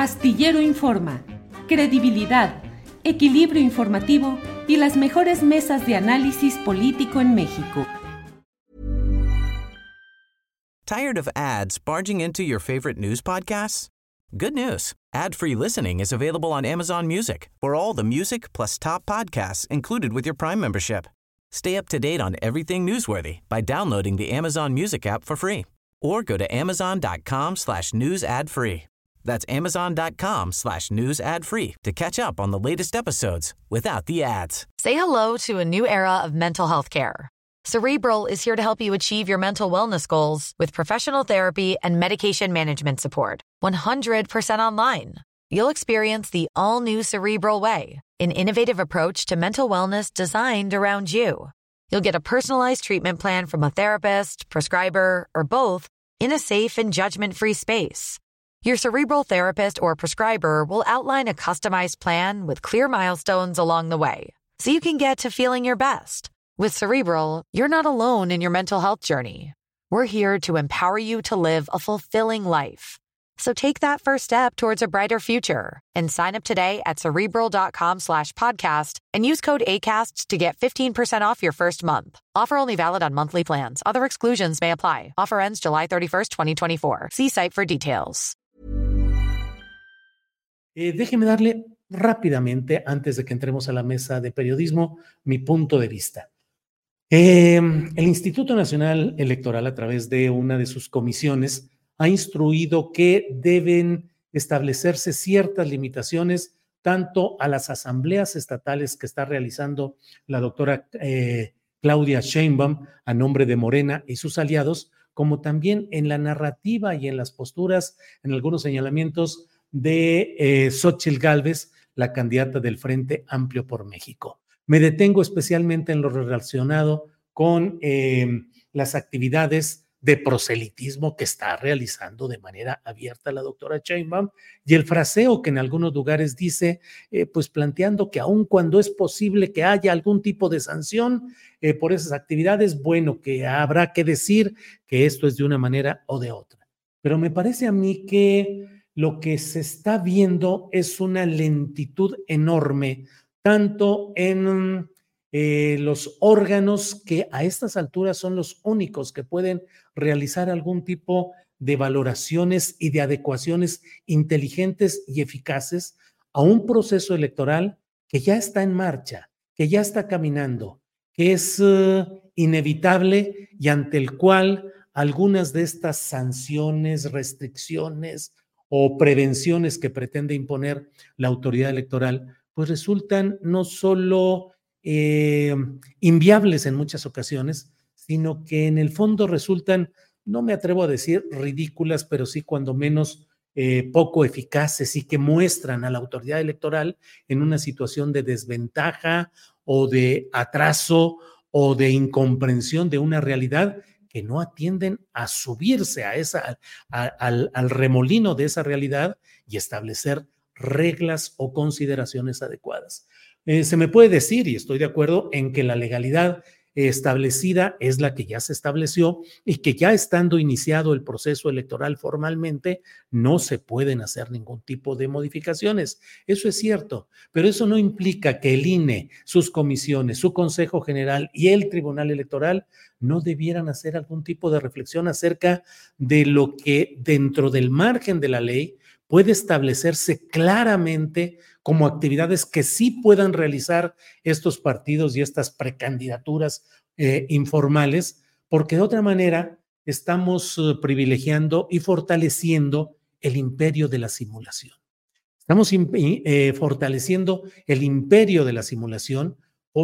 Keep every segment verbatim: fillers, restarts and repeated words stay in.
Astillero Informa, credibilidad, equilibrio informativo y las mejores mesas de análisis político en México. Tired of ads barging into your favorite news podcasts? Good news. Ad-free listening is available on Amazon Music for all the music plus top podcasts included with your Prime membership. Stay up to date on everything newsworthy by downloading the Amazon Music app for free or go to amazon.com slash news ad free. That's amazon.com slash news ad free to catch up on the latest episodes without the ads. Say hello to a new era of mental health care. Cerebral is here to help you achieve your mental wellness goals with professional therapy and medication management support. one hundred percent online. You'll experience the all-new Cerebral Way, an innovative approach to mental wellness designed around you. You'll get a personalized treatment plan from a therapist, prescriber, or both in a safe and judgment-free space. Your Cerebral therapist or prescriber will outline a customized plan with clear milestones along the way, so you can get to feeling your best. With Cerebral, you're not alone in your mental health journey. We're here to empower you to live a fulfilling life. So take that first step towards a brighter future and sign up today at Cerebral.com slash podcast and use code ACAST to get fifteen percent off your first month. Offer only valid on monthly plans. Other exclusions may apply. Offer ends July thirty-first, twenty twenty-four. See site for details. Eh, déjeme darle rápidamente, antes de que entremos a la mesa de periodismo, mi punto de vista. Eh, el Instituto Nacional Electoral, a través de una de sus comisiones, ha instruido que deben establecerse ciertas limitaciones tanto a las asambleas estatales que está realizando la doctora eh, Claudia Sheinbaum a nombre de Morena y sus aliados, como también en la narrativa y en las posturas, en algunos señalamientos de eh, Xóchitl Gálvez, la candidata del Frente Amplio por México. Me detengo especialmente en lo relacionado con eh, las actividades de proselitismo que está realizando de manera abierta la doctora Sheinbaum y el fraseo que en algunos lugares dice, eh, pues planteando que aun cuando es posible que haya algún tipo de sanción eh, por esas actividades, bueno, que habrá que decir que esto es de una manera o de otra. Pero me parece a mí que lo que se está viendo es una lentitud enorme, tanto en eh, los órganos que a estas alturas son los únicos que pueden realizar algún tipo de valoraciones y de adecuaciones inteligentes y eficaces a un proceso electoral que ya está en marcha, que ya está caminando, que es uh, inevitable y ante el cual algunas de estas sanciones, restricciones o prevenciones que pretende imponer la autoridad electoral, pues resultan no solo eh, inviables en muchas ocasiones, sino que en el fondo resultan, no me atrevo a decir ridículas, pero sí cuando menos eh, poco eficaces y que muestran a la autoridad electoral en una situación de desventaja o de atraso o de incomprensión de una realidad que no atienden a subirse a esa, a, al, al remolino de esa realidad y establecer reglas o consideraciones adecuadas. Eh, se me puede decir, y estoy de acuerdo, en que la legalidad establecida es la que ya se estableció y que ya estando iniciado el proceso electoral formalmente no se pueden hacer ningún tipo de modificaciones. Eso es cierto, pero eso no implica que el I N E, sus comisiones, su Consejo General y el Tribunal Electoral no debieran hacer algún tipo de reflexión acerca de lo que dentro del margen de la ley puede establecerse claramente como actividades que sí puedan realizar estos partidos y estas precandidaturas eh, informales, porque de otra manera estamos eh, privilegiando y fortaleciendo el imperio de la simulación. Estamos eh, fortaleciendo el imperio de la simulación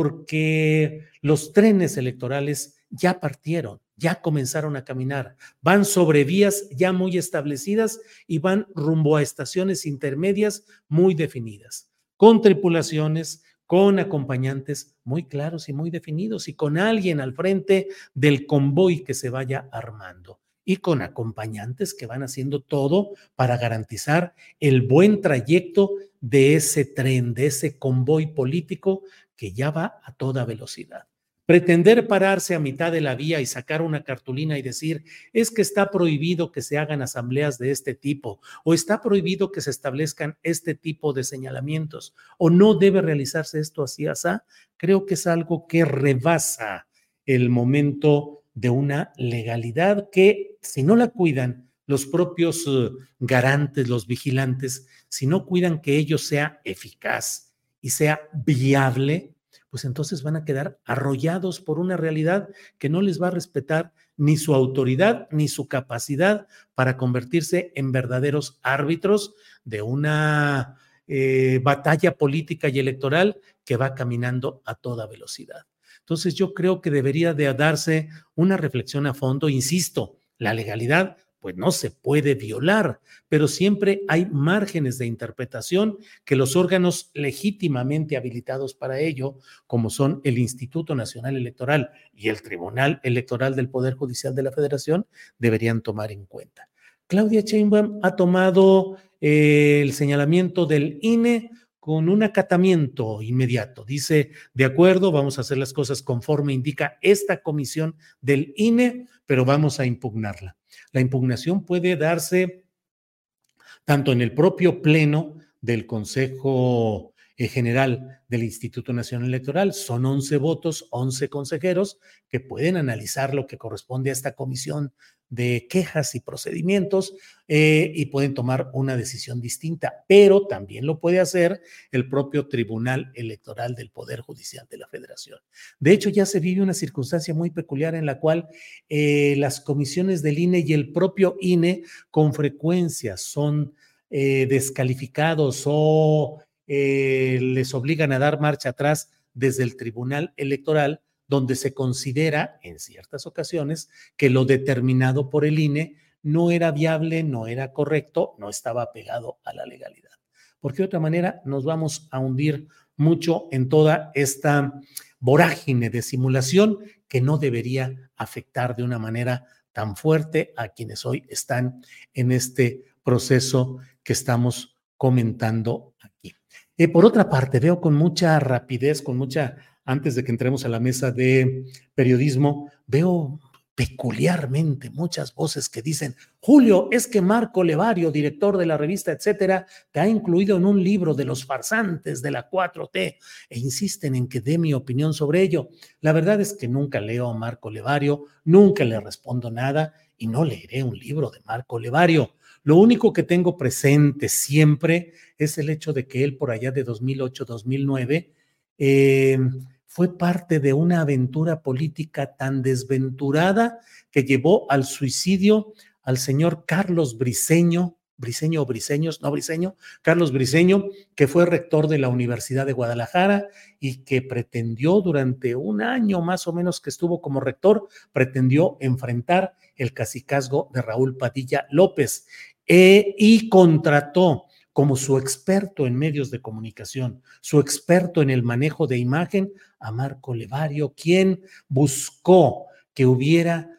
porque los trenes electorales ya partieron, ya comenzaron a caminar, van sobre vías ya muy establecidas y van rumbo a estaciones intermedias muy definidas, con tripulaciones, con acompañantes muy claros y muy definidos y con alguien al frente del convoy que se vaya armando y con acompañantes que van haciendo todo para garantizar el buen trayecto de ese tren, de ese convoy político que ya va a toda velocidad. Pretender pararse a mitad de la vía y sacar una cartulina y decir, es que está prohibido que se hagan asambleas de este tipo, o está prohibido que se establezcan este tipo de señalamientos, o no debe realizarse esto así, así, creo que es algo que rebasa el momento de una legalidad que, si no la cuidan los propios uh, garantes, los vigilantes, si no cuidan que ello sea eficaz y sea viable, pues entonces van a quedar arrollados por una realidad que no les va a respetar ni su autoridad ni su capacidad para convertirse en verdaderos árbitros de una eh, batalla política y electoral que va caminando a toda velocidad. Entonces yo creo que debería de darse una reflexión a fondo, insisto, la legalidad pues no se puede violar, pero siempre hay márgenes de interpretación que los órganos legítimamente habilitados para ello, como son el Instituto Nacional Electoral y el Tribunal Electoral del Poder Judicial de la Federación, deberían tomar en cuenta. Claudia Sheinbaum ha tomado eh, el señalamiento del I N E con un acatamiento inmediato. Dice, de acuerdo, vamos a hacer las cosas conforme indica esta comisión del I N E, pero vamos a impugnarla. La impugnación puede darse tanto en el propio pleno del Consejo General del Instituto Nacional Electoral. Son once votos, once consejeros que pueden analizar lo que corresponde a esta comisión de quejas y procedimientos eh, y pueden tomar una decisión distinta, pero también lo puede hacer el propio Tribunal Electoral del Poder Judicial de la Federación. De hecho, ya se vive una circunstancia muy peculiar en la cual eh, las comisiones del I N E y el propio I N E con frecuencia son eh, descalificados o eh, les obligan a dar marcha atrás desde el Tribunal Electoral, donde se considera en ciertas ocasiones que lo determinado por el I N E no era viable, no era correcto, no estaba apegado a la legalidad. Porque de otra manera nos vamos a hundir mucho en toda esta vorágine de simulación que no debería afectar de una manera tan fuerte a quienes hoy están en este proceso que estamos comentando aquí. Eh, por otra parte, veo con mucha rapidez, con mucha... Antes de que entremos a la mesa de periodismo, veo peculiarmente muchas voces que dicen, Julio, es que Marco Levario, director de la revista, etcétera, te ha incluido en un libro de los farsantes de la cuatro T e insisten en que dé mi opinión sobre ello. La verdad es que nunca leo a Marco Levario, nunca le respondo nada y no leeré un libro de Marco Levario. Lo único que tengo presente siempre es el hecho de que él por allá de dos mil ocho, dos mil nueve, eh, fue parte de una aventura política tan desventurada que llevó al suicidio al señor Carlos Briceño, Briceño o Briceños, no Briceño, Carlos Briceño, que fue rector de la Universidad de Guadalajara y que pretendió durante un año más o menos que estuvo como rector, pretendió enfrentar el cacicazgo de Raúl Padilla López eh, y contrató como su experto en medios de comunicación, su experto en el manejo de imagen, a Marco Levario, quien buscó que hubiera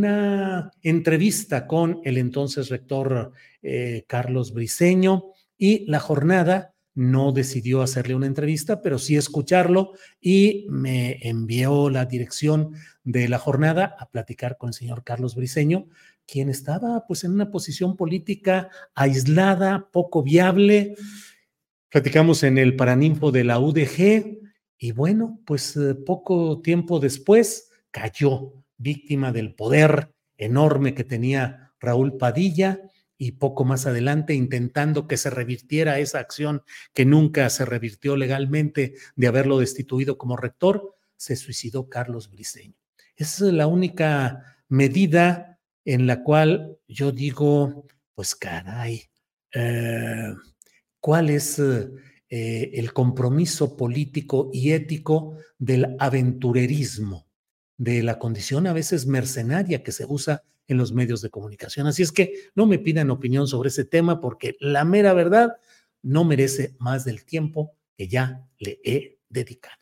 una entrevista con el entonces rector eh, Carlos Briceño, y La Jornada no decidió hacerle una entrevista, pero sí escucharlo, y me envió la dirección de La Jornada a platicar con el señor Carlos Briceño, quien estaba pues en una posición política aislada, poco viable. Platicamos en el Paraninfo de la U D G y bueno, pues eh, poco tiempo después cayó víctima del poder enorme que tenía Raúl Padilla y poco más adelante intentando que se revirtiera esa acción que nunca se revirtió legalmente de haberlo destituido como rector, se suicidó Carlos Briceño. Esa es la única medida en la cual yo digo, pues caray, eh, ¿cuál es eh, el compromiso político y ético del aventurerismo, de la condición a veces mercenaria que se usa en los medios de comunicación? Así es que no me pidan opinión sobre ese tema porque la mera verdad no merece más del tiempo que ya le he dedicado.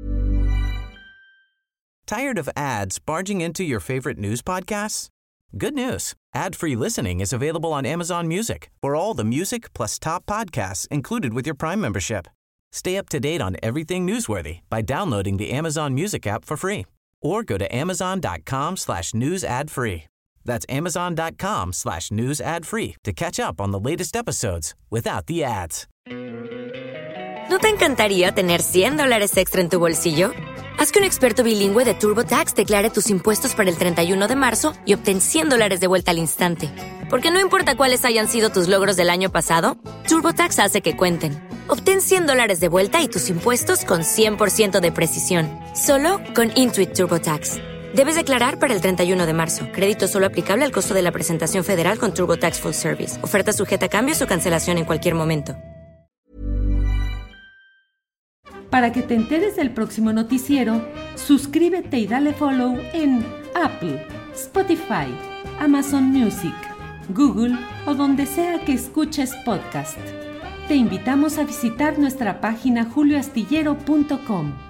Tired of ads barging into your favorite news podcasts? Good news. Ad-free listening is available on Amazon Music for all the music plus top podcasts included with your Prime membership. Stay up to date on everything newsworthy by downloading the Amazon Music app for free or go to amazon.com slash news ad free. That's amazon.com slash news ad free to catch up on the latest episodes without the ads. ¿No te encantaría tener cien dólares extra en tu bolsillo? Haz que un experto bilingüe de TurboTax declare tus impuestos para el treinta y uno de marzo y obtén cien dólares de vuelta al instante. Porque no importa cuáles hayan sido tus logros del año pasado, TurboTax hace que cuenten. Obtén cien dólares de vuelta y tus impuestos con cien por ciento de precisión. Solo con Intuit TurboTax. Debes declarar para el treinta y uno de marzo. Crédito solo aplicable al costo de la presentación federal con TurboTax Full Service. Oferta sujeta a cambios o cancelación en cualquier momento. Para que te enteres del próximo noticiero, suscríbete y dale follow en Apple, Spotify, Amazon Music, Google o donde sea que escuches podcast. Te invitamos a visitar nuestra página julio astillero punto com.